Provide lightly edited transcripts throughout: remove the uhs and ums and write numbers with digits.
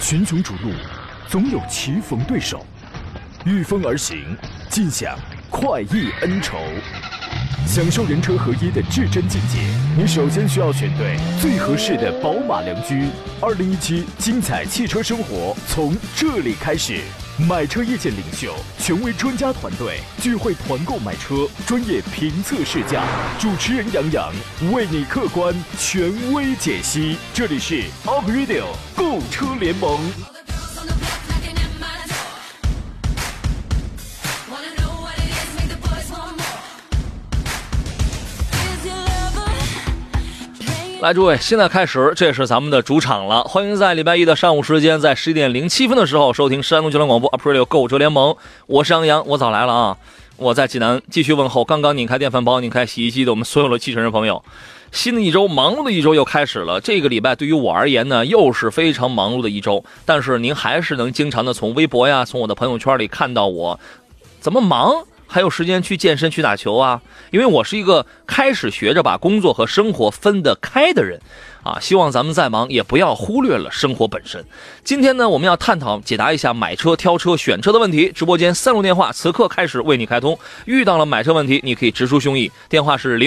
群雄逐鹿，总有棋逢对手，御风而行，尽享快意恩仇。享受人车合一的至臻境界，你首先需要选对最合适的宝马良驹。2017精彩汽车生活从这里开始。买车意见领袖，权威专家团队聚会团购买车，专业评测试驾，主持人杨洋为你客观权威解析。这里是 Up Radio 购车联盟。 来，诸位，现在开始，这是咱们的主场了。欢迎在礼拜一的上午时间，在11点07分的时候收听山东交通广播 Up Radio 购车联盟。我是杨洋，我早来了啊！我在济南继续问候刚刚拧开电饭煲、拧开洗衣机的我们所有的汽车人朋友。新的一周，忙碌的一周又开始了。这个礼拜对于我而言呢，又是非常忙碌的一周。但是您还是能经常的从微博呀，从我的朋友圈里看到我怎么忙。还有时间去健身去打球啊？因为我是一个开始学着把工作和生活分得开的人啊，希望咱们再忙也不要忽略了生活本身。今天呢，我们要探讨解答一下买车、挑车、选车的问题。直播间3路电话此刻开始为你开通，遇到了买车问题，你可以直抒胸臆，电话是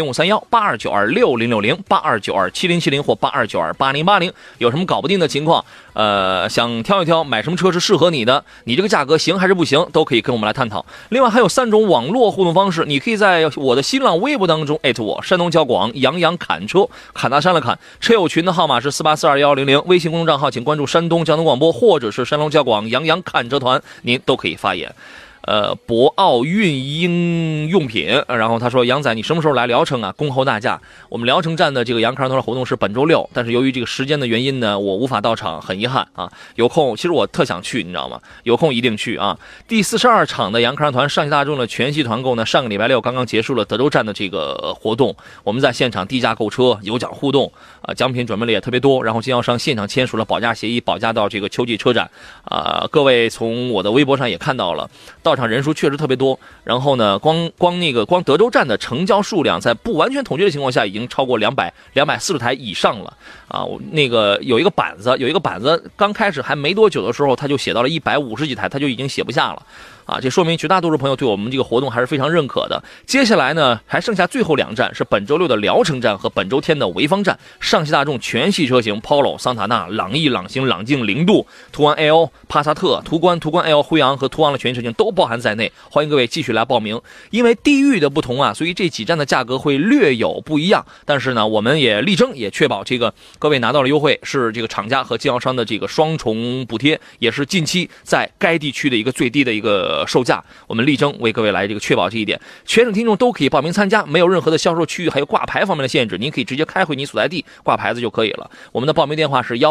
0531-8292-6060、8292-7070或8292-8080。有什么搞不定的情况，想挑一挑买什么车是适合你的，你这个价格行还是不行，都可以跟我们来探讨。另外还有3种网络互动方式，你可以在我的新浪微博当中@我山东交广杨洋侃车，侃大山了侃，车友群的号码是4842100，微信公众账号请关注山东交通广播或者是山东交广杨洋侃车团，您都可以发言。博奥运应用品，然后他说杨仔你什么时候来聊城啊？恭候大驾。我们聊城站的这个杨侃团活动是本周6，但是由于这个时间的原因呢，我无法到场，很遗憾啊。有空其实我特想去，你知道吗？有空一定去啊。第42场的杨侃团上汽大众的全系团购呢，上个礼拜6刚刚结束了德州站的这个活动，我们在现场低价购车，有奖互动奖品准备的也特别多，然后经销商现场签署了保价协议，保价到这个秋季车展各位从我的微博上也看到了，到场人数确实特别多，然后呢，光德州站的成交数量在不完全统计的情况下，已经超过240台以上了啊！那个有一个板子，刚开始还没多久的时候，他就写到了150几台，他就已经写不下了。这说明绝大多数朋友对我们这个活动还是非常认可的。接下来呢，还剩下最后2站，是本周6的聊城站和本周天的潍坊站。上汽大众全系车型 Polo、桑塔纳、朗逸、朗行、朗境、零度、途安 L、帕萨特、途观 L、辉昂和途昂的全系车型都包含在内。欢迎各位继续来报名。因为地域的不同啊，所以这几站的价格会略有不一样。但是呢，我们也力争也确保这个各位拿到了优惠，是这个厂家和经销商的这个双重补贴，也是近期在该地区的一个最低的一个售价，我们力争为各位来这个确保这一点。全省听众都可以报名参加，没有任何的销售区域还有挂牌方面的限制，您可以直接开回你所在地挂牌子就可以了。我们的报名电话是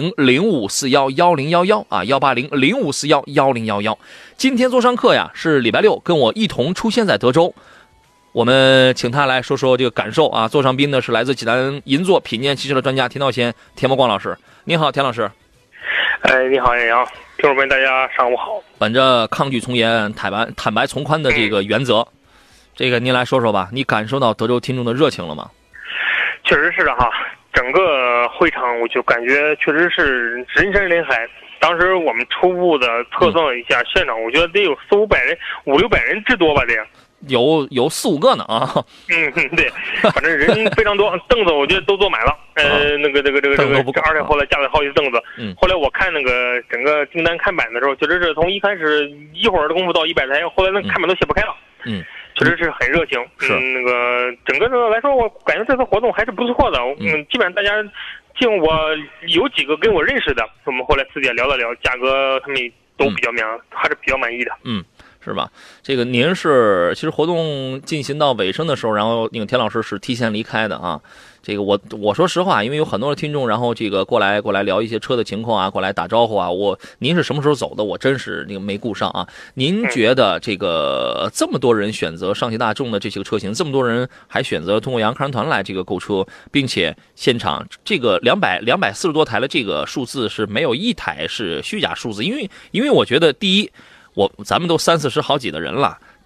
180-0541-1011啊，180-0541-1011。今天座上客呀是礼拜6跟我一同出现在德州，我们请他来说说这个感受啊。座上宾呢是来自济南银座品鉴汽车的专家田道贤、田伯光老师。你好，田老师。 你好，杨洋，听众朋友大家上午好。 本着抗拒从严、坦白从宽的这个原则，这个您来说说吧，你感受到德州听众的热情了吗？ 确实是的哈，整个会场我就感觉确实是人山人海。当时我们初步的测算了一下，现场我觉得得有400-500人、500-600人之多吧，得有4-5个呢啊。 对，反正人非常多，凳子我觉得都坐满了。而且后来加了好几凳子。后来我看那个整个订单看板的时候，确实是从一开始一会儿的功夫到100台，后来那看板都写不开了。确实是很热情。那个整个来说，我感觉这次活动还是不错的。基本上大家。我有几个跟我认识的，我们后来私底下聊了聊，价格他们都比较还是比较满意的。 是吧？这个您是其实活动进行到尾声的时候，然后那个田老师是提前离开的啊。这个我说实话，因为有很多的听众，然后这个过来聊一些车的情况啊，过来打招呼啊。您是什么时候走的？我真是那个没顾上啊。您觉得这个这么多人选择上汽大众的这些个车型，这么多人还选择通过杨侃团来这个购车，并且现场这个240多台的这个数字是没有一台是虚假数字，因为我觉得第一，咱们都30-40好几的人了。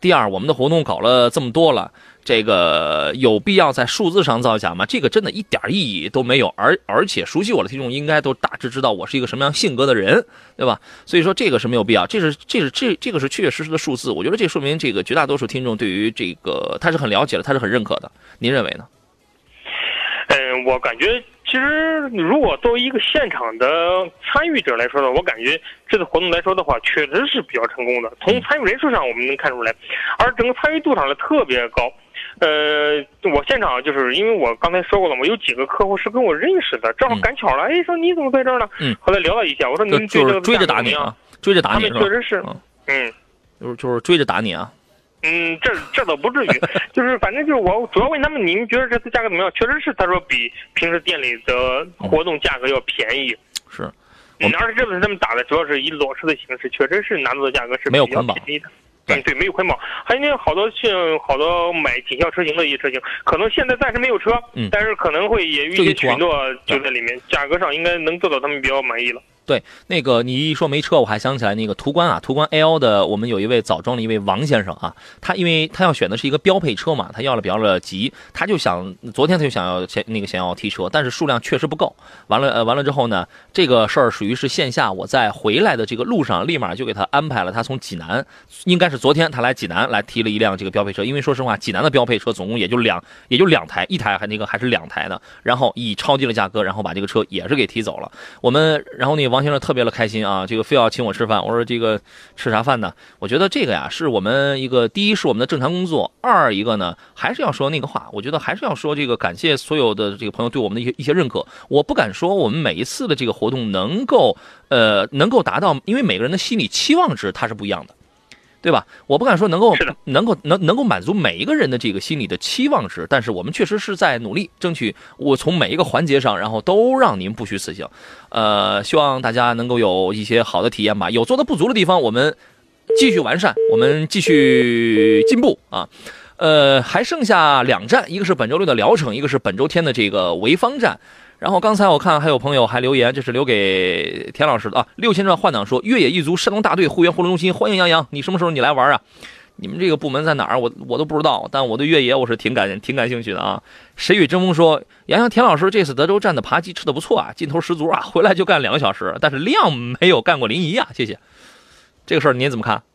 第二，我们的活动搞了这么多了，这个有必要在数字上造假吗？这个真的一点意义都没有，而且熟悉我的听众应该都大致知道我是一个什么样性格的人，对吧？所以说这个是没有必要，这个是确确实实的数字。我觉得这说明这个绝大多数听众对于这个他是很了解的，他是很认可的。您认为呢？ 我感觉其实如果作为一个现场的参与者来说呢，我感觉这次活动来说的话，确实是比较成功的。从参与人数上我们能看出来，而整个参与度上呢特别高。我现场就是因为我刚才说过了嘛，有几个客户是跟我认识的，正好赶巧了，哎，说你怎么在这儿呢？后来聊了一下，我说您就是追着打你啊，追着打你是吧？ 确实是， 就是追着打你啊。 这倒不至于，就是反正就是我主要问他们，你们觉得这次价格怎么样？确实是他说比平时店里的活动价格要便宜。 是， 而且这次他们打的主要是以裸车的形式，确实是拿到的价格是比较便宜的。对，没有捆绑。还有那好多买紧俏车型的一些车型，可能现在暂时没有车，但是可能会也有一些许诺就在里面，价格上应该能做到他们比较满意了。 对，那个你一说没车，我还想起来那个途观 L 的，我们有一位枣庄的一位王先生啊，因为他要选的是一个标配车嘛，他要了比较急，昨天他就想要提车，但是数量确实不够。完了之后呢，这个事儿属于是线下我在回来的这个路上，立马就给他安排了，他从济南，应该是昨天他来济南来提了一辆这个标配车，因为说实话，济南的标配车总共也就两台，一台还是2台的，然后以超低的价格，然后把这个车也是给提走了。然后那王先生特别的开心啊，这个非要请我吃饭。我说这个吃啥饭呢？我觉得这个呀是我们第一是我们的正常工作，二一个呢还是要说那个话，我觉得还是要说这个感谢所有的这个朋友对我们的一些认可。我不敢说我们每一次的这个活动能够达到，因为每个人的心理期望值它是不一样的。对吧？我不敢说能够满足每一个人的这个心理的期望值，但是我们确实是在努力争取，我从每一个环节上，然后都让您不虚此行。希望大家能够有一些好的体验吧。有做的不足的地方，我们继续完善，我们继续进步啊。还剩下2站，一个是本周六的聊城，一个是本周天的这个潍坊站。然后刚才我看还有朋友还留言，这是留给田老师的啊。6000转换挡说，越野一族山东大队会员活动中心欢迎杨洋，你什么时候你来玩啊？你们这个部门在哪儿？我都不知道，但我对越野我是挺感兴趣的啊。谁与争锋说，杨洋田老师这次德州站的扒鸡吃的不错啊，劲头十足啊，回来就干2个小时，但是量没有干过临沂啊，谢谢。这个事儿您怎么看？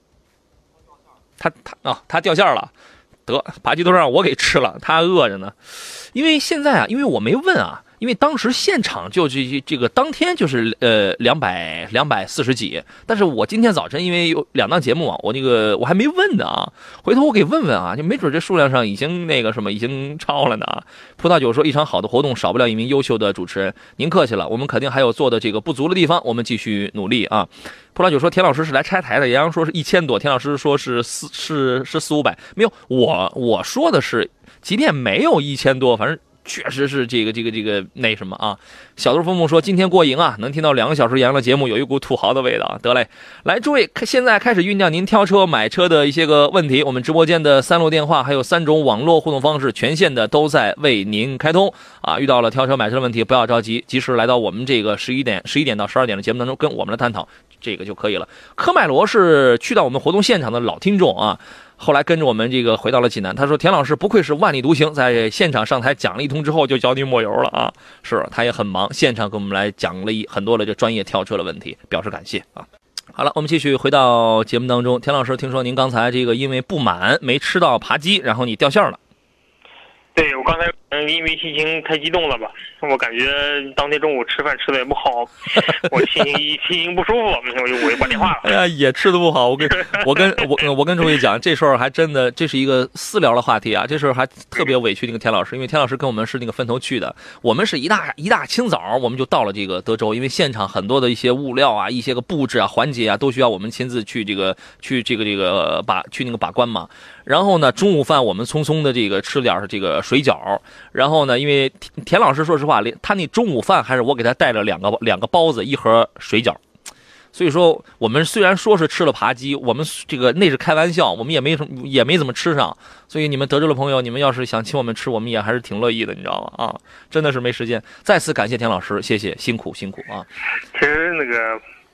他掉线了，得扒鸡都让我给吃了，他饿着呢。因为现在啊，因为我没问啊。因为当时现场就这个当天就是240几，但是我今天早晨因为有2档节目啊，我还没问呢啊，回头我给问问啊，就没准这数量上已经已经超了呢啊。葡萄酒说，一场好的活动少不了一名优秀的主持人，您客气了，我们肯定还有做的这个不足的地方，我们继续努力啊。葡萄酒说，田老师是来拆台的，杨洋说是1000多，田老师说是400-500，没有，我说的是即便没有1000多，反正确实是这个那什么啊。小豆风木说，今天过瘾啊，能听到2个小时杨洋的节目，有一股土豪的味道。得嘞，来诸位，现在开始酝酿您挑车买车的一些个问题，我们直播间的3路电话还有3种网络互动方式，全线的都在为您开通啊。遇到了挑车买车的问题，不要着急，及时来到我们这个11点到12点的节目当中跟我们来探讨，这个就可以了。科迈罗是去到我们活动现场的老听众啊，后来跟着我们这个回到了济南，他说田老师不愧是万里独行，在现场上台讲了一通之后就脚底抹油了啊。是他也很忙，现场跟我们来讲了很多的这专业跳车的问题，表示感谢啊。好了，我们继续回到节目当中。田老师，听说您刚才这个因为不满没吃到扒鸡，然后你掉线了。 对，我刚才因为心情太激动了吧，我感觉当天中午吃饭吃的也不好，我心情不舒服，我就挂电话了。 哎呀，也吃的不好。我跟诸位讲，这事儿还真的，这是一个私聊的话题啊。这事儿还特别委屈那个田老师，因为田老师跟我们是那个分头去的，我们是一大清早我们就到了这个德州，因为现场很多的一些物料啊、一些个布置啊、环节啊，都需要我们亲自去把关嘛。然后呢，中午饭我们匆匆的这个吃点这个水饺，然后呢，因为田老师说实话，他那中午饭还是我给他带了两个包子，1盒水饺。所以说，我们虽然说是吃了扒鸡，我们这个那是开玩笑，我们也没怎么吃上。所以你们德州的朋友，你们要是想请我们吃，我们也还是挺乐意的，你知道吗？啊，真的是没时间。再次感谢田老师，谢谢，辛苦啊。 其实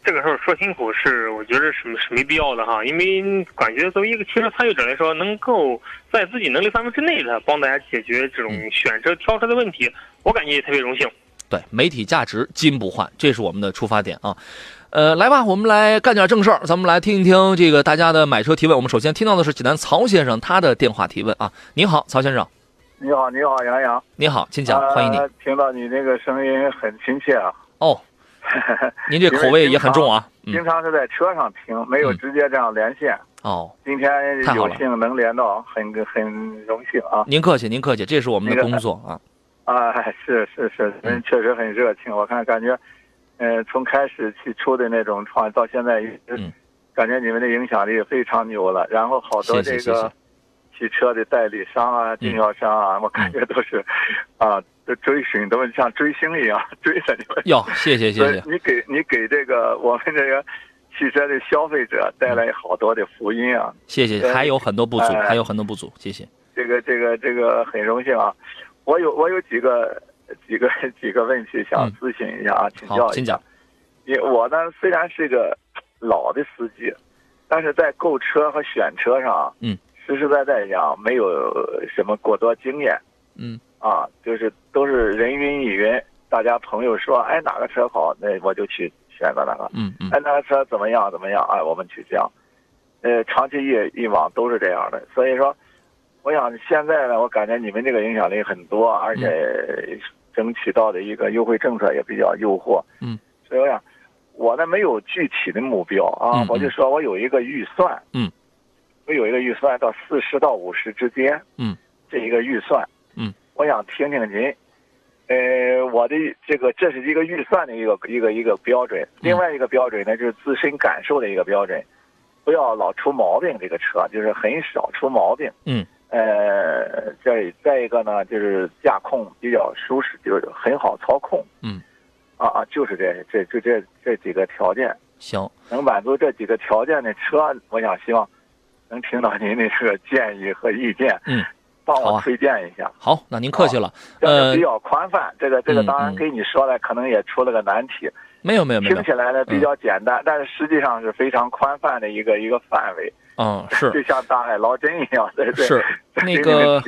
这个事儿说辛苦我觉得是没必要的哈，因为感觉作为一个汽车参与者来说，能够在自己能力范围之内的帮大家解决这种选车挑车的问题，我感觉也特别荣幸。 对，媒体价值金不换，这是我们的出发点啊。来吧，我们来干点正事儿，咱们来听一听这个大家的买车提问。我们首先听到的是济南曹先生他的电话提问啊。你好，曹先生。 你好，杨洋。 你好，请讲，欢迎你。 听到你那个声音很亲切啊。 哦，您这口味也很重啊。 经常是在车上听，没有直接这样连线。 哦， 今天有幸能连到，很荣幸啊。 您客气，这是我们的工作啊。 是，人确实很热情。我感觉，从开始起初的那种创，到现在，感觉你们的影响力非常牛了。然后好多这个汽车的代理商啊、经销商啊，我感觉都是，都追寻，都像追星一样追着你们。 哟，谢谢。 你给这个我们这个汽车的消费者带来好多的福音啊！ 谢谢，还有很多不足，谢谢。 这个很荣幸啊！我有几个问题想咨询一下啊，请教一下。 好，请讲。 我呢虽然是个老的司机，但是在购车和选车上，实实在在讲没有什么过多经验。就是都是人云亦云，大家朋友说，哎哪个车好，那我就去选择哪个。哎那个车怎么样，哎我们去这样。长期以往都是这样的，所以说。我想现在呢，我感觉你们这个影响力很多，而且争取到的一个优惠政策也比较诱惑。所以我想，我呢没有具体的目标啊，我就说我有一个预算。我有一个预算到40到50之间。这一个预算。我想听听您，我的这是一个预算的一个标准。另外一个标准呢，就是自身感受的一个标准，不要老出毛病。这个车就是很少出毛病。再一个呢，就是驾控比较舒适，就是很好操控。就是这几个条件。 行， 能满足这几个条件的车，我想希望能听到您的这个建议和意见。帮我推荐一下。 好，那您客气了。 比较宽泛，这个当然给你说了，可能也出了个难题。 没有。 听起来呢比较简单，但是实际上是非常宽泛的一个范围。 是， 就像大海捞针一样。对， 是那个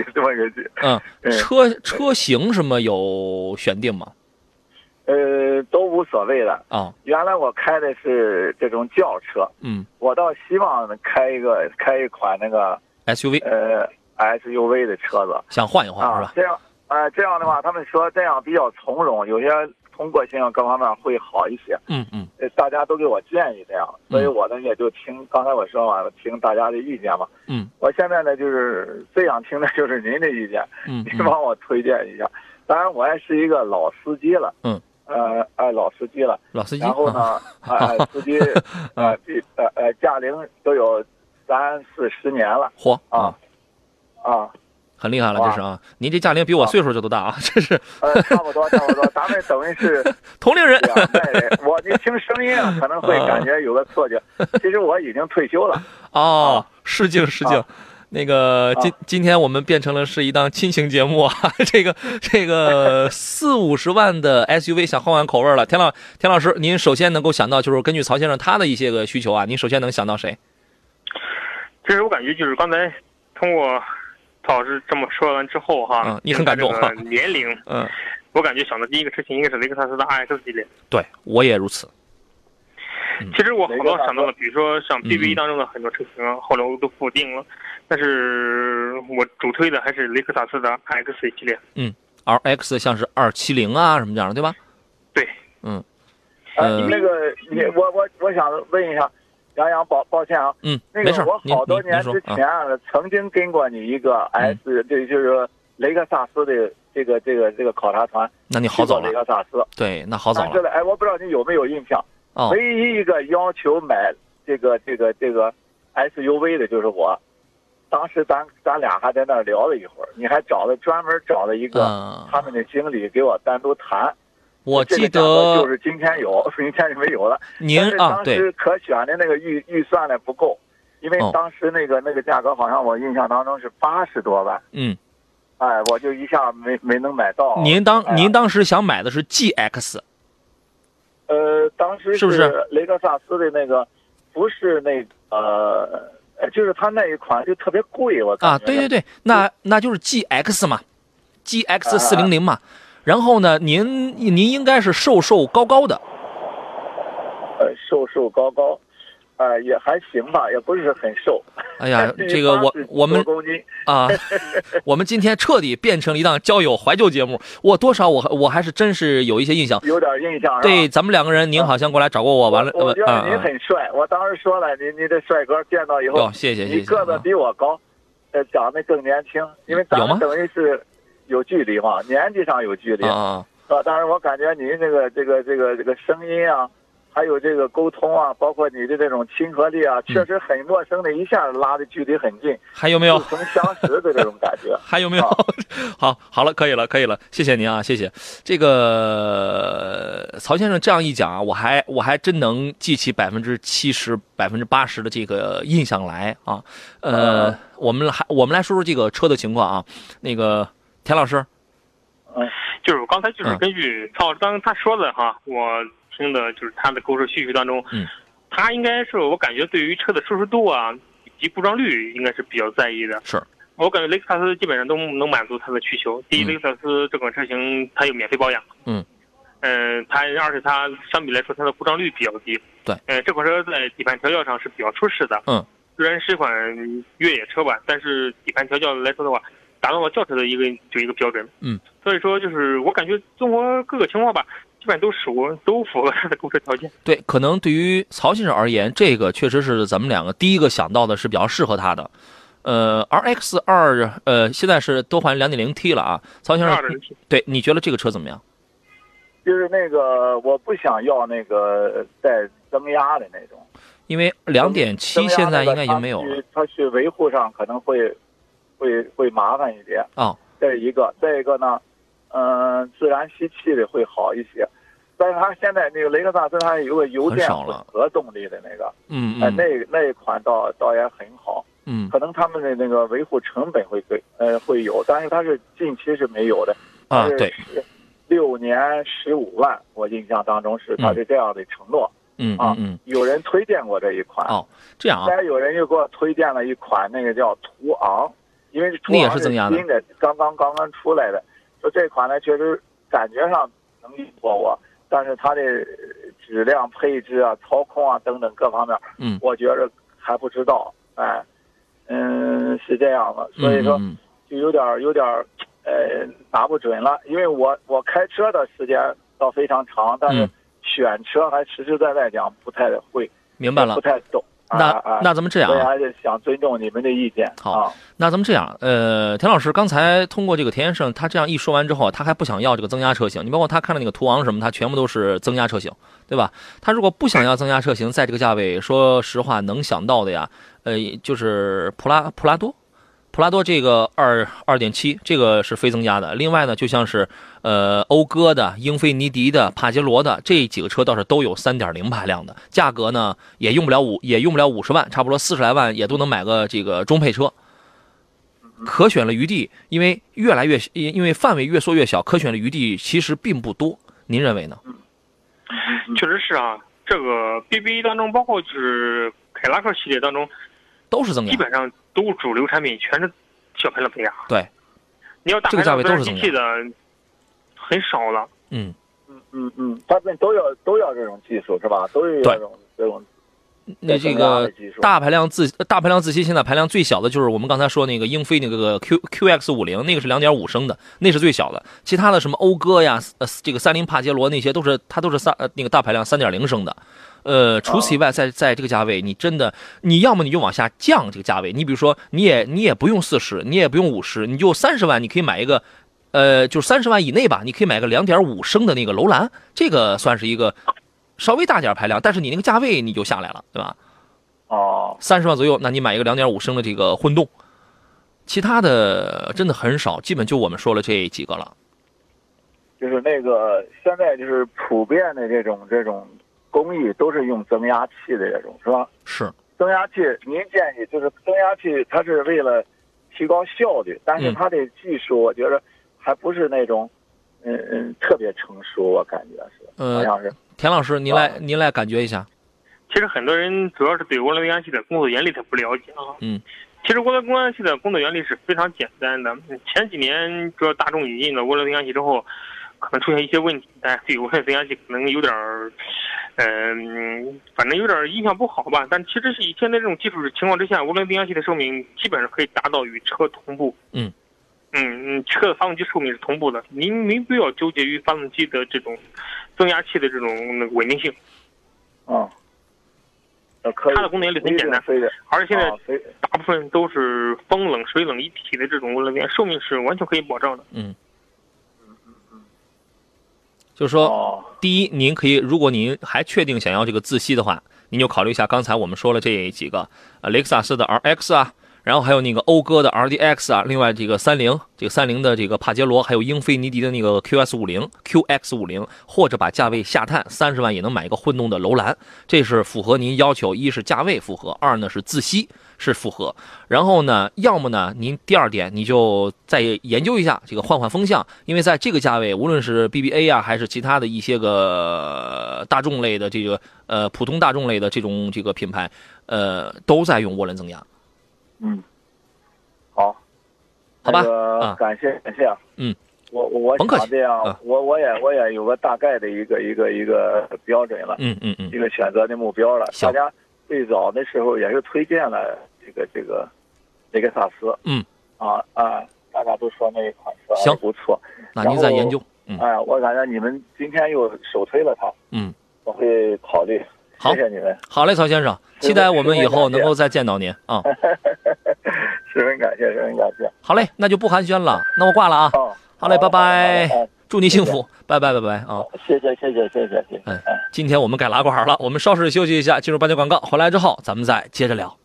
车型什么有选定吗？ 都无所谓的啊。 原来我开的是这种轿车。我倒希望开一款那个 SUV。 SUV 的车子， 想换一换是吧？ 这样的话，他们说这样比较从容，有些通过性各方面会好一些。大家都给我建议这样，所以我呢也就听刚才我说嘛，听大家的意见嘛。我现在呢就是最想听的就是您的意见。您帮我推荐一下。当然我也是一个老司机了。老司机了。然后呢，司机驾龄都有30-40年了。 嚯很厉害了，这是啊！您这驾龄比我岁数就都大啊，这是。 差不多，咱们等于是同龄人。 我一听声音可能会感觉有个错觉，其实我已经退休了。 失敬。那个今天我们变成了是一档亲情节目啊，这个40-50万的 SUV 想换口味了。田老师，您首先能够想到就是根据曹先生他的一些个需求啊，您首先能想到谁？ 其实我感觉就是刚才通过曹老师这么说完之后哈， 你很感动哈。 年龄，我感觉想的第一个车型应该是雷克萨斯的 RX 系列。对， 我也如此。 其实我好多想到了，比如说像 BBA 当中的很多车型，后来我都否定了，但是我主推的还是雷克萨斯的 X 系列。 RX 像是270啊什么这样的，对吧？ 对。 那个我想问一下。杨抱歉啊，那个我好多年之前曾经跟过你一个就是雷克萨斯的这个考察团。那你好早了。 雷克萨斯， 对，那好早了。 我不知道你有没有印象。唯一一个要求买这个 SUV 的就是我。当时咱俩还在那儿聊了一会儿，你还专门找了一个他们的经理给我单独谈。 我记得就是今天有，明天就没有了。 您当时可选的那个预算呢不够，因为当时那个价格好像我印象当中是80多万。我就一下没能买到。 您当时想买的是 GX。 当当时是不是雷克萨斯的那个，不是那就是它那一款就特别贵，我感觉。 对对对，那就是 GX 嘛，GX 400嘛。然后呢，您应该是瘦高高的。 瘦高高。也还行吧，也不是很瘦。 哎呀，这个我们啊，我们今天彻底变成了一档交友怀旧节目。我还是真是有一些印象， 有点印象。 对，咱们两个人，您好像过来找过我，完了。 我觉得您很帅，我当时说了，你这帅哥见到以后， 谢谢。 你个子比我高，长得更年轻，因为咱们等于是有距离嘛，年纪上有距离啊。 当然，我感觉您这个声音啊。还有这个沟通啊，包括你的这种亲和力啊，确实很陌生的，一下拉的距离很近。 还有没有似曾相识的这种感觉？ 还有没有？好了，可以了，谢谢您啊，谢谢。这个曹先生这样一讲啊，我还真能记起70%、80%的这个印象来啊。我们来说说这个车的情况啊。那个田老师， 就是我刚才就是根据曹老师刚刚他说的哈，我听的就是他的购车需求当中，他应该是我感觉对于车的舒适度啊以及故障率应该是比较在意的。 是， 我感觉雷克萨斯基本上都能满足他的需求。第一，雷克萨斯这款车型它有免费保养，而且它相比来说它的故障率比较低。 对， 这款车在底盘调教上是比较出色的。虽然是一款越野车吧，但是底盘调教来说的话，达到了轿车的一个标准。所以说就是我感觉综合各个情况吧。基本都符合它的购车条件。对， 可能对于曹先生而言，这个确实是咱们两个第一个想到的是比较适合他的。RX2 现在是多换 2.0T 了啊，曹先生，对，你觉得这个车怎么样？ 就是那个我不想要那个带增压的那种， 因为2.7现在应该已经没有了， 它去维护上可能会麻烦一点啊。 这是一个，再一个呢。自然吸气的会好一些，但是它现在那个雷克萨斯它有个油电混合动力的那个，那一款倒也很好，可能他们的那个维护成本会有，但是它是近期是没有的啊，对 ，6年15万，我印象当中是它是这样的承诺，有人推荐过这一款这样啊， 再有人又给我推荐了一款那个叫途昂，因为途昂是新的，刚刚出来的。说这款呢，确实感觉上能赢过我，但是它的质量、配置啊、操控啊等等各方面，我觉着还不知道，是这样的，所以说就有点拿不准了，因为我开车的时间倒非常长，但是选车还实实在在讲不太会， 明白了， 不太懂。 那咱们这样， 我还是想尊重你们的意见。 好，那咱们这样，田老师刚才通过这个田先生他这样一说完之后，他还不想要这个增压车型。你包括他看的那个途昂什么，他全部都是增压车型，对吧？他如果不想要增压车型，在这个价位，说实话能想到的呀，就是普拉多这个2.7，这个是非增压的。另外呢，就像是讴歌的、英菲尼迪的、帕杰罗的这几个车倒是都有3.0排量的，价格呢也用不了50万，差不多40来万也都能买个这个中配车。可选的余地，因为范围越缩越小，可选的余地其实并不多。您认为呢？ 确实是啊，这个 BBA 当中，包括就是凯迪拉克系列当中， 都是增压， 基本上都主流产品全是小排量增压。 对， 你要大排量增压的很少了。 他们都要这种技术是吧？都有这种。 那这个大排量自吸现在排量最小的就是我们刚才说那个英菲那个 QX50，那个是2.5升的，那是最小的。其他的什么讴歌呀，这个30帕杰罗那些都是那个大排量3.0升的。除此以外，在这个价位，你要么你就往下降这个价位。你比如说，你也不用40，你也不用50，你就30万，你可以买一个，就是30万以内吧，你可以买个2.5升的那个楼兰，这个算是一个稍微大点排量，但是你那个价位你就下来了，对吧？30万左右，那你买一个2.5升的这个混动，其他的真的很少，基本就我们说了这几个了。 就是那个现在就是普遍的这种工艺都是用增压器的这种，是吧？ 是增压器，您建议就是增压器，它是为了提高效率，但是它的技术我觉得还不是那种特别成熟，我感觉是好像是。 田老师，您来感觉一下。 其实很多人主要是对涡轮增压器的工作原理他不了解啊。其实涡轮增压器的工作原理是非常简单的。前几年主要大众引进了涡轮增压器之后，可能出现一些问题，但对涡轮增压器可能有点反正有点印象不好吧。但其实是以现在这种技术情况之下，涡轮增压器的寿命基本上可以达到与车同步。车的发动机寿命是同步的，您没必要纠结于发动机的这种增压器的这种稳定性。它的功能原理很简单，而且现在大部分都是风冷水冷一体的这种涡轮增压，寿命是完全可以保障的。 就是说，第一，您可以，如果您还确定想要这个自吸的话，您就考虑一下刚才我们说了这几个，雷克萨斯的 RX 啊。然后还有那个讴歌的 RDX 啊，另外这个三菱的这个帕杰罗，还有英菲尼迪的那个 QX50，或者把价位下探30万也能买一个混动的楼兰，这是符合您要求，一是价位符合，二呢是自吸是符合。然后呢，要么呢您第二点你就再研究一下这个换风向，因为在这个价位，无论是 BBA 啊还是其他的一些个大众类的这个普通大众类的这个品牌，都在用涡轮增压。好吧， 感谢啊。我想这样，我也有个大概的一个标准了，一个选择的目标了。大家最早的时候也是推荐了这个雷克萨斯，大家都说那一款车不错。 那您再研究。 我感觉你们今天又首推了它，我会考虑。谢谢你们。 好嘞，曹先生，期待我们以后能够再见到您啊。 十分感谢。 好嘞，那就不寒暄了，那我挂了啊。好嘞，拜拜，祝您幸福，拜拜啊。 谢谢。 今天我们改拉管了，我们稍事休息一下，进入半截广告，回来之后咱们再接着聊。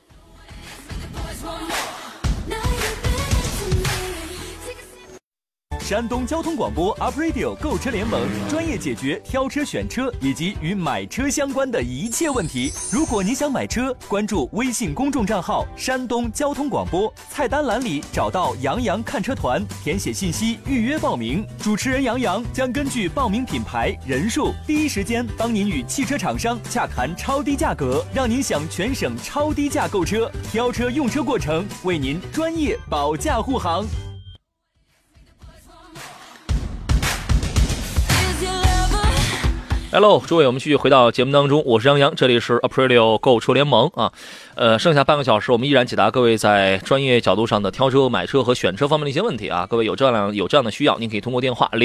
山东交通广播 Up Radio 购车联盟，专业解决挑车、选车以及与买车相关的一切问题。如果你想买车，关注微信公众账号山东交通广播，菜单栏里找到杨洋看车团，填写信息预约报名。主持人杨洋将根据报名品牌、人数，第一时间帮您与汽车厂商洽谈超低价格，让您享全省超低价购车。挑车用车过程为您专业保驾护航。 Hello， 诸位，我们继续回到节目当中，我是杨洋，这里是 Aprilio 购车联盟啊。剩下半个小时，我们依然解答各位在专业角度上的挑车、买车和选车方面的一些问题啊。各位有这样的需要，您可以通过电话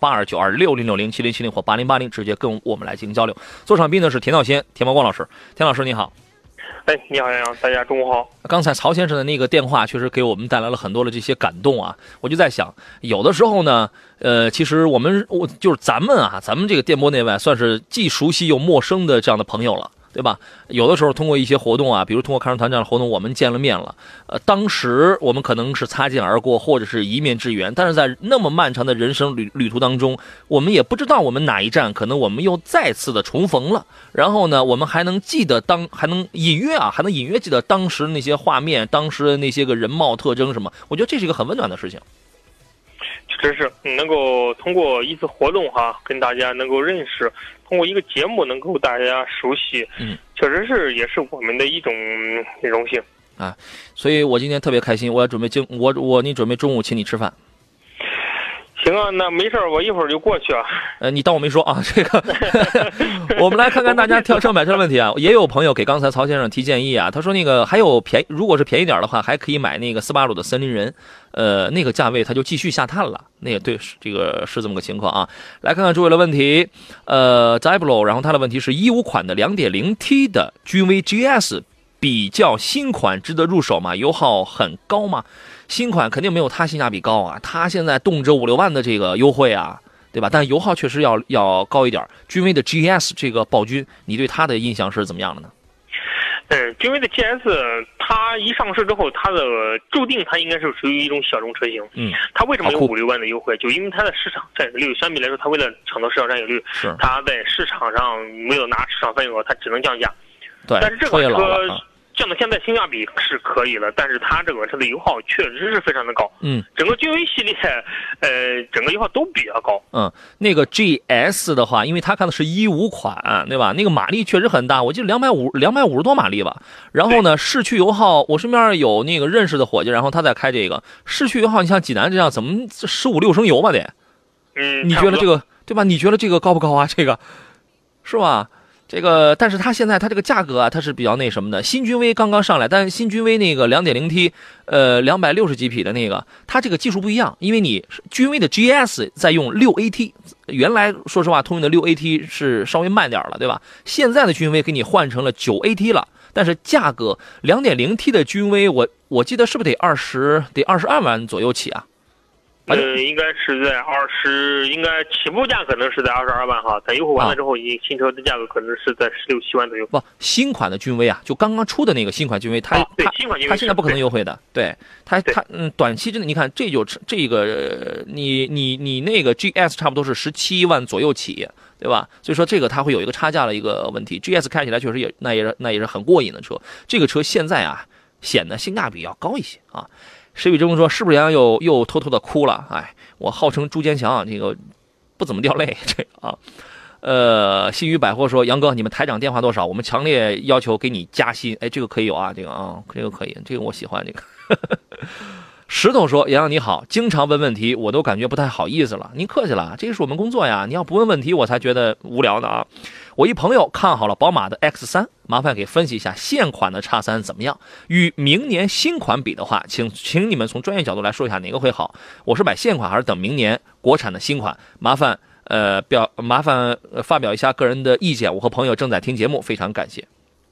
0531829260607070或8080直接跟我们来进行交流。座上宾呢是田道先、田茂光老师，田老师你好。 你好，杨洋，大家中午好。 刚才曹先生的那个电话确实给我们带来了很多的这些感动啊！我就在想，有的时候呢，其实就是咱们这个电波内外算是既熟悉又陌生的这样的朋友了。对吧？有的时候通过一些活动啊，比如通过看车团这样的活动，我们见了面了。当时我们可能是擦肩而过，或者是一面之缘，但是在那么漫长的人生旅途当中，我们也不知道我们哪一站可能我们又再次的重逢了。然后呢，我们还能隐约记得当时那些画面，当时的那些个人貌特征什么。我觉得这是一个很温暖的事情。 确实是能够通过一次活动跟大家能够认识，通过一个节目能够大家熟悉，确实是也是我们的一种荣幸啊。所以我今天特别开心，我准备你准备中午请你吃饭。 行啊，那没事，我一会儿就过去啊。 你当我没说啊。这个，我们来看看大家挑车买车的问题啊。也有朋友给刚才曹先生提建议啊，他说那个还有如果是便宜点的话，还可以买那个斯巴鲁的森林人，那个价位他就继续下探了。那也对，这个是这么个情况啊。来看看诸位的问题，Ziblo， 然后他的问题是15款的 2.0T 的君威 GS 比较新款值得入手吗？油耗很高吗？新款肯定没有它性价比高啊，它现在动辄5-6万的这个优惠啊，对吧？但油耗确实要高一点。君威的 GS 这个暴君，你对它的印象是怎么样的呢？ 君威的 GS 它一上市之后，它的注定它应该是属于一种小众车型。它为什么有5-6万的优惠？就因为它的市场占有率相比来说，它为了抢到市场占有率，它在市场上没有拿市场份额，它只能降价。 对， 但是这款车降到现在性价比是可以了，但是它这个车的油耗确实是非常的高。整个君威系列，整个油耗都比较高。 那个 GS 的话，因为他看的是15款，对吧？那个马力确实很大，我记得250多马力吧。然后呢，市区油耗，我身边有那个认识的伙计，然后他在开这个市区油耗，你像济南这样，怎么15、16升油吧得？你觉得这个对吧？你觉得这个高不高啊？这个是吧？这个，但是它现在它这个价格啊，它是比较那什么的。新君威刚刚上来，但是新君威那个 2.0T， 260几匹的那个，它这个技术不一样，因为你君威的 GS 在用 6AT， 原来说实话，通用的 6AT 是稍微慢点了，对吧？现在的君威给你换成了 9AT 了，但是价格 2.0T 的君威，我记得是不是得22万左右起啊？ 应该是在应该起步价可能是在22万哈，在优惠完了之后，新车的价格可能是在16、17万左右。不， 新款的君威啊，就刚刚出的那个新款君威，它现在不可能优惠的，对它短期之内，你看这个你那个 GS 差不多是17万左右起，对吧？所以说这个它会有一个差价的一个问题。GS 开起来确实也是很过瘾的车，这个车现在啊显得性价比要高一些啊。石宇中说：“是不是杨又偷偷的哭了？哎，我号称朱坚强，这个不怎么掉泪，这个啊。新宇百货说：杨哥，你们台长电话多少？我们强烈要求给你加薪。哎，这个可以有啊，这个可以，这个我喜欢这个。石头说：杨洋你好，经常问问题，我都感觉不太好意思了。您客气了，这是我们工作呀。你要不问问题，我才觉得无聊呢啊。我一朋友看好了宝马的 X3，麻烦给分析一下现款的 X3 怎么样？与明年新款比的话，请你们从专业角度来说一下哪个会好？我是买现款还是等明年国产的新款？麻烦发表一下个人的意见。我和朋友正在听节目，非常感谢。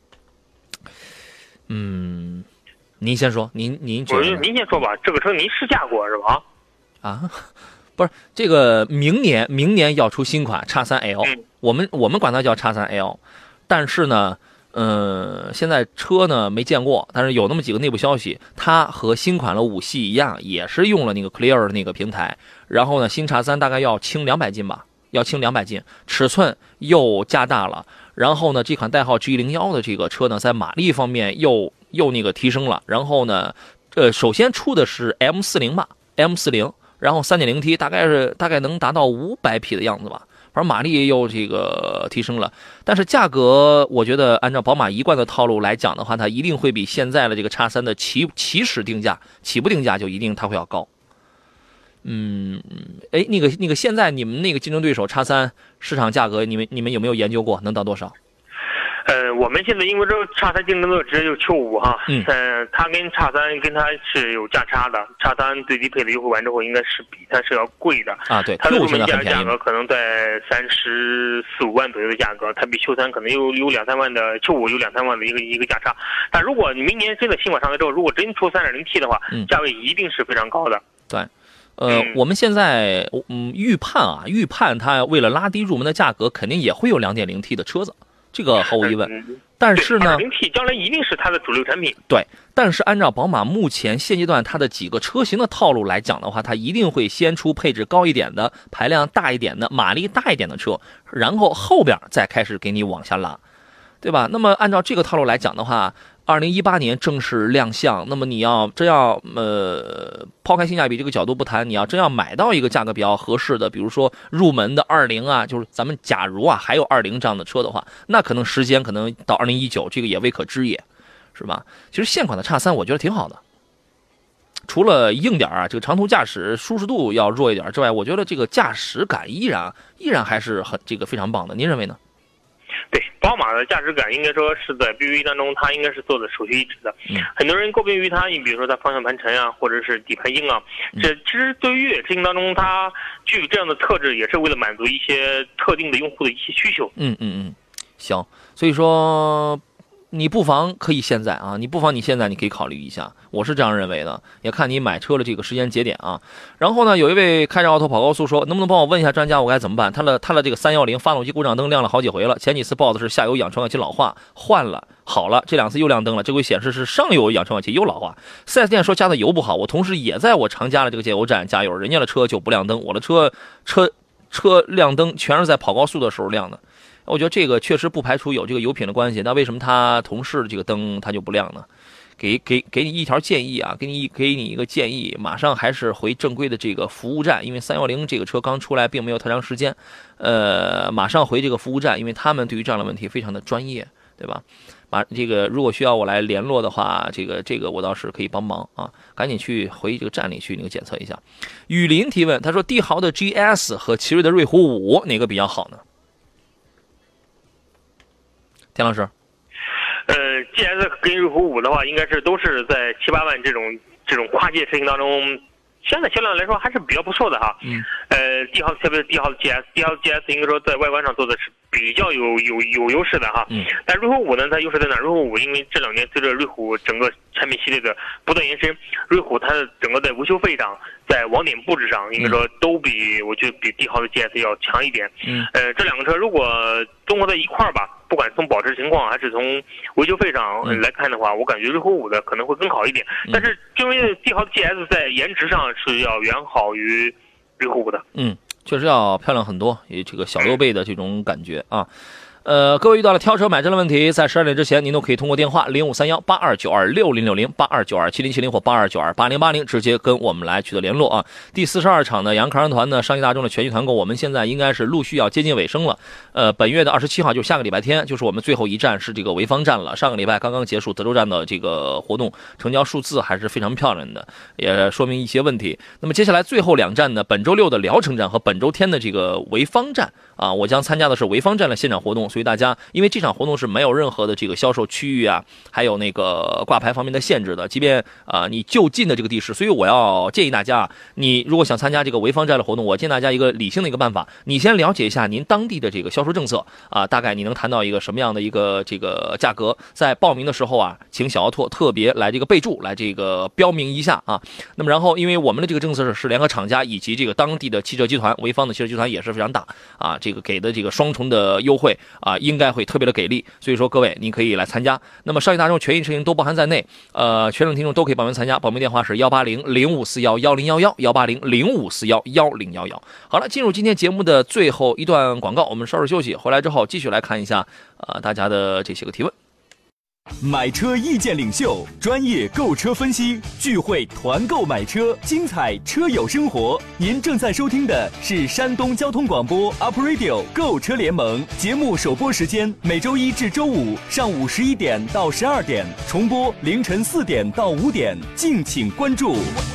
您先说，您觉得？ 您先说吧，这个车您试驾过是吧？ 啊，不是，这个明年要出新款 X3L，我们管它叫 X3L， 但是呢，现在车呢没见过，但是有那么几个内部消息，它和新款的5系一样，也是用了那个 Clear 的那个平台，然后呢，新 X3 大概要轻200斤吧，要轻200斤，尺寸又加大了，然后呢，这款代号 G01的这个车呢，在马力方面又那个提升了，然后呢，首先出的是 M40 吧 ，M40， 然后 3.0T 大概能达到500匹的样子吧，反正马力又这个提升了，但是价格我觉得按照宝马一贯的套路来讲的话，它一定会比现在的这个 X3 的起步定价就一定它会要高。那个现在你们那个竞争对手 X3 市场价格，你们有没有研究过，能到多少？ 我们现在因为这个 X3 竞争对手直接就Q5哈，它跟 X3 跟它是有价差的 ，X3 最低配的优惠完之后，应该是比它是要贵的啊。对，它的入门价格可能在34、35万左右的价格，它比Q3可能有2、3万的Q5有2、3万的一个价差。但如果你明年真的新款上来之后，如果真出 3.0T 的话，价位一定是非常高的。 对。我们现在预判它为了拉低入门的价格，肯定也会有 2.0T 的车子，这个毫无疑问。但是呢 2.0T 将来一定是它的主流产品。 对，但是按照宝马目前现阶段它的几个车型的套路来讲的话，它一定会先出配置高一点的、排量大一点的、马力大一点的车，然后后边再开始给你往下拉，对吧？那么按照这个套路来讲的话，2018年正式亮相，那么你要真要抛开性价比这个角度不谈，你要真要买到一个价格比较合适的，比如说入门的20啊，就是咱们假如啊还有20这样的车的话，那可能时间可能到2019，这个也未可知也，是吧？其实现款的 X3 我觉得挺好的，除了硬点啊，这个长途驾驶舒适度要弱一点之外，我觉得这个驾驶感依然还是非常棒的，您认为呢？ 对，宝马的驾驶感应该说是在 BBA 当中，它应该是做的首屈一指的。很多人诟病于它，你比如说它方向盘沉啊，或者是底盘硬啊，这其实对于越野车型当中，它具有这样的特质，也是为了满足一些特定的用户的一些需求。 行，所以说你不妨可以现在啊，你现在你可以考虑一下，我是这样认为的，也看你买车的这个时间节点啊。然后呢，有一位开着奥拓跑高速说，能不能帮我问一下专家，我该怎么办？他的这个310发动机故障灯亮了好几回了，前几次报的是下游氧传感器老化，换了好了，这2次又亮灯了，这回显示是上游氧传感器又老化。4S 店说加的油不好，我同事也在我常加的这个加油站加油，人家的车就不亮灯，我的车亮灯全是在跑高速的时候亮的。 我觉得这个确实不排除有这个油品的关系。那为什么他同事这个灯它就不亮呢？给你一条建议啊，给你一个建议，马上还是回正规的这个服务站，因为310这个车刚出来并没有太长时间，马上回这个服务站，因为他们对于这样的问题非常的专业，对吧？这个如果需要我来联络的话，这个我倒是可以帮忙啊，赶紧去回这个站里去那个检测一下。雨林提问，他说帝豪的 GS 和奇瑞的瑞虎5哪个比较好呢？田老师。 GS 跟瑞虎5的话，应该是都是在7、8万这种跨界车型当中，现在销量来说还是比较不错的哈。帝豪特别是帝豪的 GS 应该说在外观上做的是比较有优势的哈。但瑞虎5呢，它优势在哪？瑞虎5因为这2年随着瑞虎整个产品系列的不断延伸，瑞虎它的整个在维修费上，在网点布置上，应该说都我觉得比帝豪的 GS 要强一点。这2个车如果综合在一块儿吧，不管从保值情况还是从维修费上来看的话，我感觉瑞虎5的可能会更好一点。但是因为帝豪的 GS 在颜值上是要远好于瑞虎5的。 确实要漂亮很多，有这个小溜背的这种感觉啊。各位遇到了挑车买车的问题，在12点之前，您都可以通过电话0531-8292-6060、8292-7070或8292-8080直接跟我们来取得联络啊。第42场的洋康人团呢，上汽大众的全系团购，我们现在应该是陆续要接近尾声了。本月的27号，就是下个礼拜天，就是我们最后一站是这个潍坊站了。上个礼拜刚刚结束德州站的这个活动，成交数字还是非常漂亮的，也说明一些问题。那么接下来最后2站呢，本周六的聊城站和本周天的这个潍坊站啊，我将参加的是潍坊站的现场活动。所以大家，因为这场活动是没有任何的这个销售区域啊，还有那个挂牌方面的限制的，即便你就近的这个地势，所以我要建议大家，你如果想参加这个潍坊站的活动，我建议大家一个理性的一个办法，你先了解一下您当地的这个销售政策啊，大概你能谈到一个什么样的一个这个价格，在报名的时候啊，请小奥拓特别来这个备注，来这个标明一下啊。那么然后，因为我们的这个政策是联合厂家以及这个当地的汽车集团，潍坊的汽车集团也是非常大啊，这个给的这个双重的优惠啊，应该会特别的给力，所以说各位您可以来参加。那么上汽大众全系车型都包含在内，全省听众都可以报名参加，报名电话是180-0541-1011，180-0541-1011。好了，进入今天节目的最后一段广告，我们稍事休息，回来之后继续来看一下大家的这些个提问。 买车意见领袖，专业购车分析，聚会团购买车，精彩车友生活。您正在收听的是山东交通广播 Up Radio 购车联盟节目，首播时间每周一至周五上午11点到12点，重播凌晨4点到5点，敬请关注。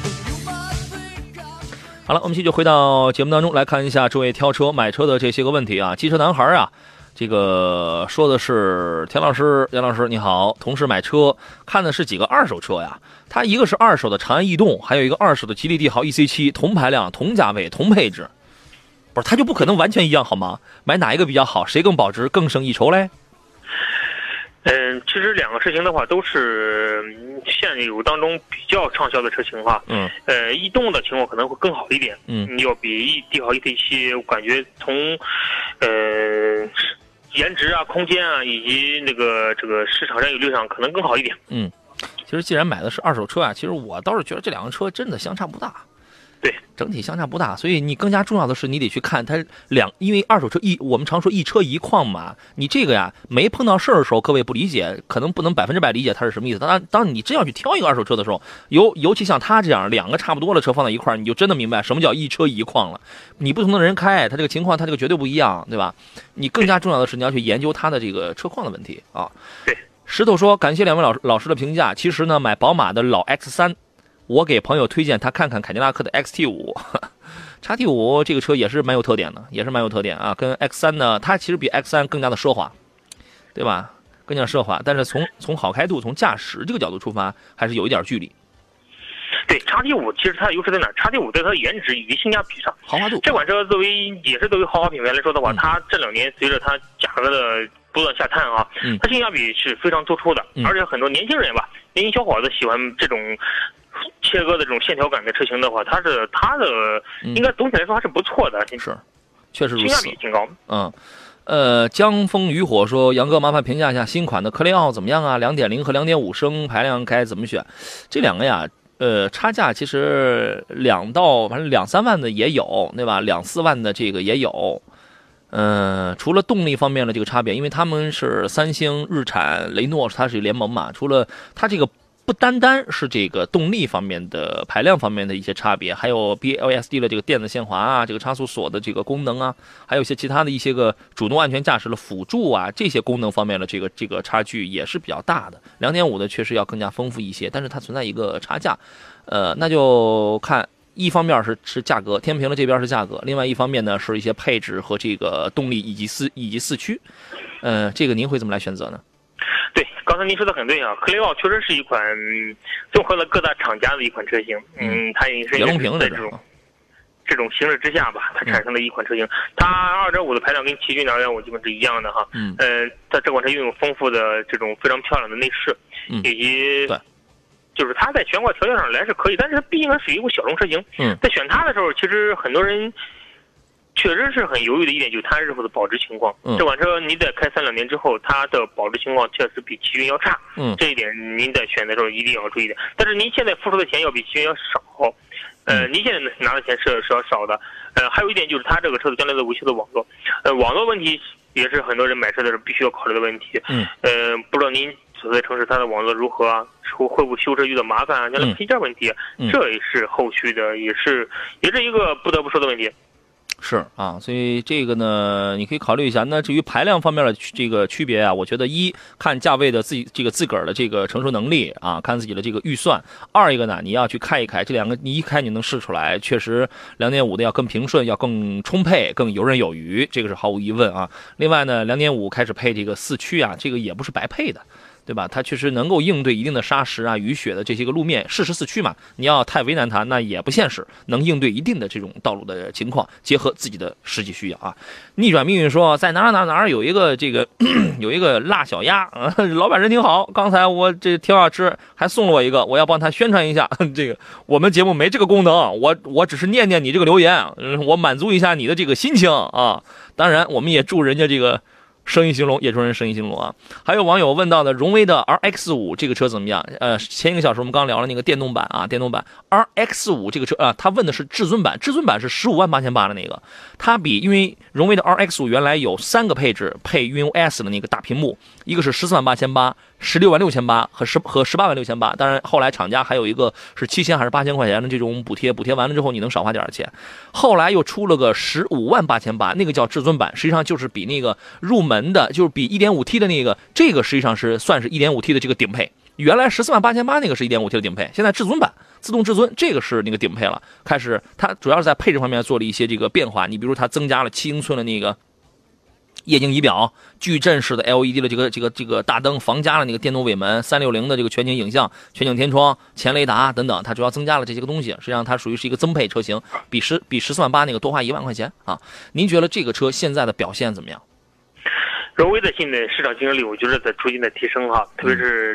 好了，我们继续回到节目当中来看一下诸位挑车买车的这些个问题啊。机车男孩啊，这个说的是田老师你好，同事买车看的是几个二手车呀，他一个是二手的长安逸动，还有一个二手的吉利帝豪 EC7， 同排量同价位同配置，不是他就不可能完全一样好吗？买哪一个比较好，谁更保值更胜一筹嘞？ 其实2个车型的话都是现有当中比较畅销的车型哈。逸动的情况可能会更好一点。要比帝豪 EC7，我感觉从颜值啊、空间啊，以及这个市场占有率上可能更好一点。 其实既然买的是二手车啊，其实我倒是觉得这2个车真的相差不大。 对， 整体相差不大，所以你更加重要的是你得去看它因为二手车我们常说一车一况嘛，你这个呀没碰到事儿的时候，各位不理解，可能不能100%理解它是什么意思。当你真要去挑一个二手车的时候，尤其像它这样2个差不多的车放在一块儿，你就真的明白什么叫一车一况了。你不同的人开，它这个情况它这个绝对不一样，对吧？你更加重要的是你要去研究它的这个车况的问题啊。 对， 石头说感谢2位老师的评价，其实呢买宝马的老 X3。我给朋友推荐他看看凯迪拉克的 XT5 这个车也是蛮有特点的，啊。跟 X3 呢，它其实比 X3 更加的奢华，对吧？更加奢华，但是从好开度、从驾驶这个角度出发，还是有一点距离。 对，XT5其实它的优势在哪？XT5在它的颜值以及性价比上， 豪华度。 这款车作为豪华品牌来说的话，它这2年随着它价格的不断下探啊，它性价比是非常突出的，而且很多年轻人吧，年轻小伙子喜欢这种切割的这种线条感的车型的话，它的应该总体来说还是不错的， 是，确实如此， 性价比挺高。 江风雨火说，杨哥麻烦评价一下新款的科雷傲怎么样啊？ 2.0 和 2.5 升排量该怎么选？这2个呀，差价其实反正2-3万的也有，对吧？2-4万的这个也有。 除了动力方面的这个差别，因为他们是三星、日产、雷诺，它是联盟嘛，除了它这个不单单是这个动力方面的、排量方面的一些差别，还有 BLSD 的这个电子限滑啊，这个差速锁的这个功能啊，还有一些其他的一些个主动安全驾驶的辅助啊，这些功能方面的这个差距也是比较大的。2.5的确实要更加丰富一些，但是它存在一个差价，那就看。一方面是价格，天平的这边是价格，另外一方面呢是一些配置和这个动力以及四驱，这个您会怎么来选择呢？ 对，刚才您说的很对啊，克雷奥确实是一款综合了各大厂家的一款车型，它也是在这种形式之下吧，它产生的一款车型，它2.5的排量跟奇骏的2.5基本是一样的哈，它这款车拥有丰富的这种非常漂亮的内饰，以及对。 就是它在悬挂条件上来是可以，但是它毕竟还属于一个小众车型。在选它的时候，其实很多人确实是很犹豫的一点，就是它日后的保值情况。这款车你在开3-2年之后，它的保值情况确实比奇骏要差。这一点您在选的时候一定要注意的。但是您现在付出的钱要比奇骏要少。您现在拿的钱是要少的。还有一点就是它这个车子将来的维修的网络，网络问题也是很多人买车的时候必须要考虑的问题。不知道您所在城市它的网络如何啊？会不会修车遇到麻烦啊？将来配件问题，这也是后续的，也是一个不得不说的问题。 是啊，所以这个呢，你可以考虑一下。那至于排量方面的这个区别啊，我觉得看价位的自个儿的这个承受能力啊，看自己的这个预算。二一个呢，你要去开一开，这两个你一开你能试出来，确实2.5的要更平顺，要更充沛，更游刃有余，这个是毫无疑问啊。另外呢，2.5开始配这个四驱啊，这个也不是白配的。对吧？它确实能够应对一定的沙石啊、雨雪的这些个路面，适时四驱嘛。你要太为难它，那也不现实。能应对一定的这种道路的情况，结合自己的实际需要啊。逆转命运说，在哪儿有一个有一个辣小鸭啊，老板人挺好。刚才我这挺好吃，还送了我一个，我要帮他宣传一下。这个我们节目没这个功能，我只是念念你这个留言，我满足一下你的这个心情啊。当然，我们也祝人家这个。生意兴隆，也祝人生意兴隆啊！还有网友问到的荣威的 RX5 这个车怎么样？前一个小时我们刚聊了那个电动版 RX5 这个车啊，他问的是至尊版，至尊版是158800的那个，它因为荣威的 RX5 原来有3个配置，配运用 S 的那个大屏幕，一个是148800、166800和186800，当然后来厂家还有一个是7000还是8000块钱的这种补贴完了之后你能少花点钱，后来又出了个158800，那个叫至尊版，实际上就是比那个入门的，就是比 1.5T 的那个，这个实际上是算是 1.5T 的这个顶配，原来148800那个是 1.5T 的顶配，现在至尊版自动至尊这个是那个顶配了，开始它主要是在配置方面做了一些这个变化，你比如它增加了7英寸的那个液晶仪表，矩阵式的 LED 的这个大灯，防加了那个电动尾门，360的这个全景影像、全景天窗、前雷达等等，它主要增加了这些个东西。实际上它属于是一个增配车型，比148000那个多花1万块钱啊。您觉得这个车现在的表现怎么样？ 荣威的现在市场竞争力，我觉得在逐渐的提升哈，特别是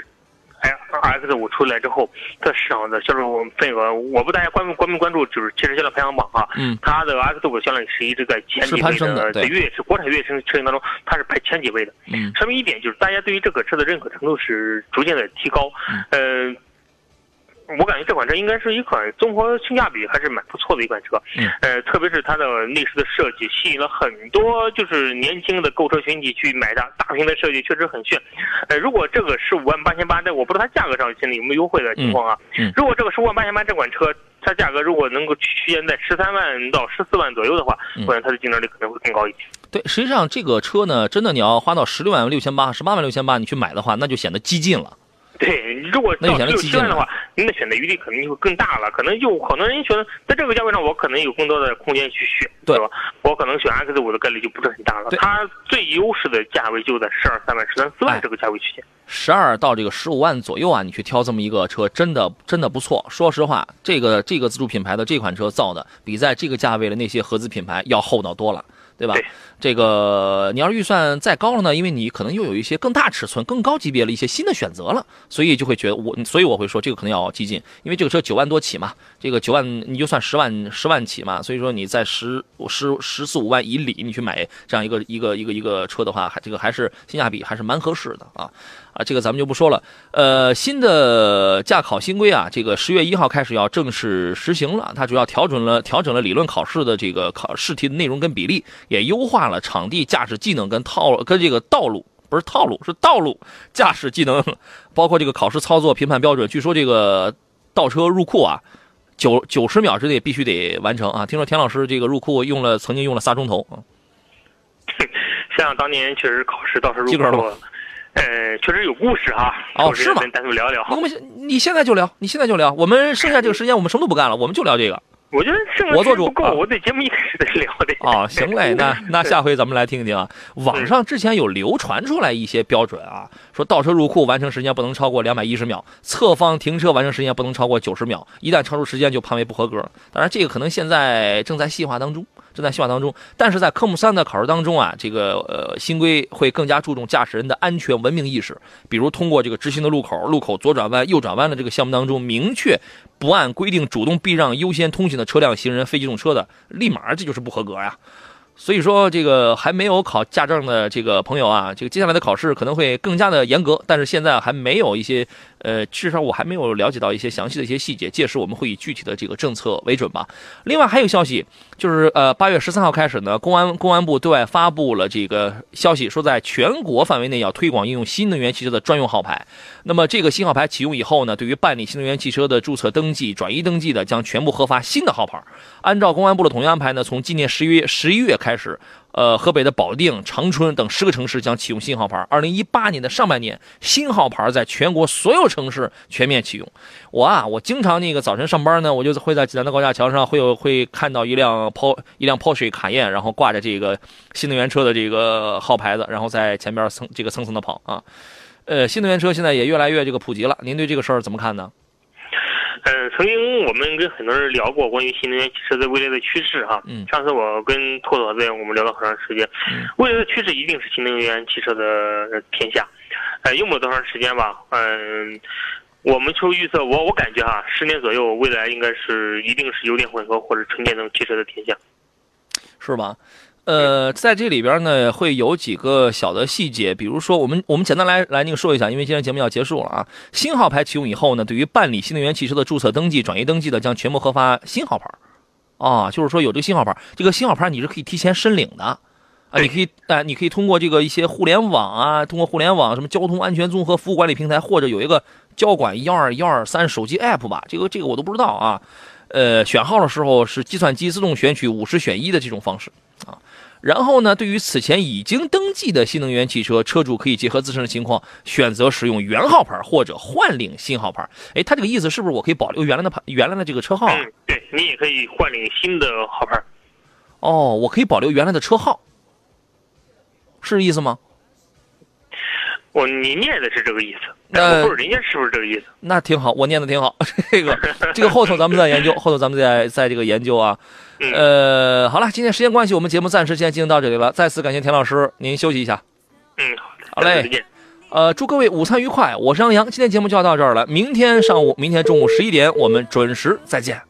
RX5 出来之后，它市场的销售份额，我不大家关注就是汽车销量排行榜哈，它的 RX5 销量是一直在前几位的，在国产越野车型当中，它是排前几位的，说明一点就是大家对于这个车的认可程度是逐渐的提高，我感觉这款车应该是一款综合性价比还是蛮不错的一款车，特别是它的内饰的设计吸引了很多就是年轻的购车群体去买它，大屏的设计确实很炫。如果这个158800，但我不知道它价格上现在有没有优惠的情况啊？如果这个158800这款车，它价格如果能够区间在13万到14万左右的话，我想它的竞争力可能会更高一些。 对，实际上这个车呢，真的你要花到16万6800、18万6800你去买的话，那就显得激进了。 对，如果到6-7万的话，您的选择余地可能就会更大了。可能人觉得在这个价位上，我可能有更多的空间去选，对吧？我可能选 RX5 的概率就不是很大了。它最优势的价位就在12-3万、13-14万这个价位区间。12 到这个15万左右啊，你去挑这么一个车，真的不错。说实话，这个自主品牌的这款车造的，比在这个价位的那些合资品牌要厚道多了。对吧？这个你要是预算再高了呢，因为你可能又有一些更大尺寸、更高级别的一些新的选择了，所以就会觉得所以我会说这个可能要激进，因为这个车9万多起嘛，这个9万你就算10万起嘛，所以说你在14-15万以里你去买这样一个车的话，这个还是性价比还是蛮合适的啊。这个咱们就不说了。新的驾考新规啊，这个10月1号开始要正式实行了。它主要调整了理论考试的这个试题的内容跟比例， 也优化了场地驾驶技能跟这个道路驾驶技能，包括这个考试操作评判标准。据说这个倒车入库啊，90秒之内必须得完成啊。听说田老师这个入库曾经用了3钟头啊。 像当年确实考试倒车入库，确实有故事哈。 哦，是吗？ 单独聊聊。 你现在就聊，我们剩下这个时间我们什么都不干了，我们就聊这个。 我觉得我做主不够，我对节目一开始得聊的。 哦，行嘞，那下回咱们来听听啊。网上之前有流传出来一些标准啊，说倒车入库完成时间不能超过210秒，侧方停车完成时间不能超过90秒，一旦超出时间就判为不合格。当然，这个可能现在正在细化当中。但是在科目3的考试当中啊，这个新规会更加注重驾驶人的安全文明意识，比如通过这个直行的路口左转弯、右转弯的这个项目当中，明确不按规定主动避让优先通行的车辆、行人、非机动车的，立马这就是不合格呀。所以说，这个还没有考驾证的这个朋友啊，这个接下来的考试可能会更加的严格，但是现在还没有一些至少我还没有了解到一些详细的一些细节，届时我们会以具体的这个政策为准吧。另外还有消息，就是8月13号开始呢，公安部对外发布了这个消息，说在全国范围内要推广应用新能源汽车的专用号牌。那么这个新号牌启用以后呢，对于办理新能源汽车的注册登记、转移登记的，将全部核发新的号牌。按照公安部的统一安排呢，从今年11月开始，河北的保定、长春等10个城市将启用新号牌。2018年的上半年，新号牌在全国所有城市全面启用。我经常那个早晨上班呢，我就会在济南的高架桥上会看到一辆 Porsche 卡宴，然后挂着这个新能源车的这个号牌子，然后在前边蹭蹭的跑啊。新能源车现在也越来越这个普及了，您对这个事儿怎么看呢？ 曾经我们跟很多人聊过关于新能源汽车的未来的趋势哈。上次我跟拓拓在我们聊了很长时间，未来的趋势一定是新能源汽车的天下。用不了多长时间吧，我们就预测，我感觉哈，10年左右，未来应该是一定是油电混合或者纯电动汽车的天下， 是吧？在这里边呢，会有几个小的细节，比如说我们简单来那个说一下，因为今天节目要结束了啊。新号牌启用以后呢，对于办理新能源汽车的注册登记、转移登记的，将全部核发新号牌。就是说有这个新号牌，这个新号牌你是可以提前申领的啊，你可以通过这个一些互联网啊，通过互联网什么交通安全综合服务管理平台，或者有一个交管12123手机 app 吧，这个我都不知道啊。选号的时候是计算机自动选取50选1的这种方式啊。然后呢，对于此前已经登记的新能源汽车，车主可以结合自身的情况，选择使用原号牌或者换领新号牌。他这个意思是不是我可以保留原来的这个车号？ 对，你也可以换领新的号牌。 我可以保留原来的车号，是意思吗？ 你念的是这个意思，但我不知道人家是不是这个意思。 那挺好，我念的挺好。这个后头咱们再研究，后头咱们再这个研究啊。好了，今天时间关系，我们节目暂时先进行到这里了。再次感谢田老师，您休息一下。好嘞， 再见。 祝各位午餐愉快，我是杨洋，今天节目就要到这儿了。明天中午11点我们准时再见。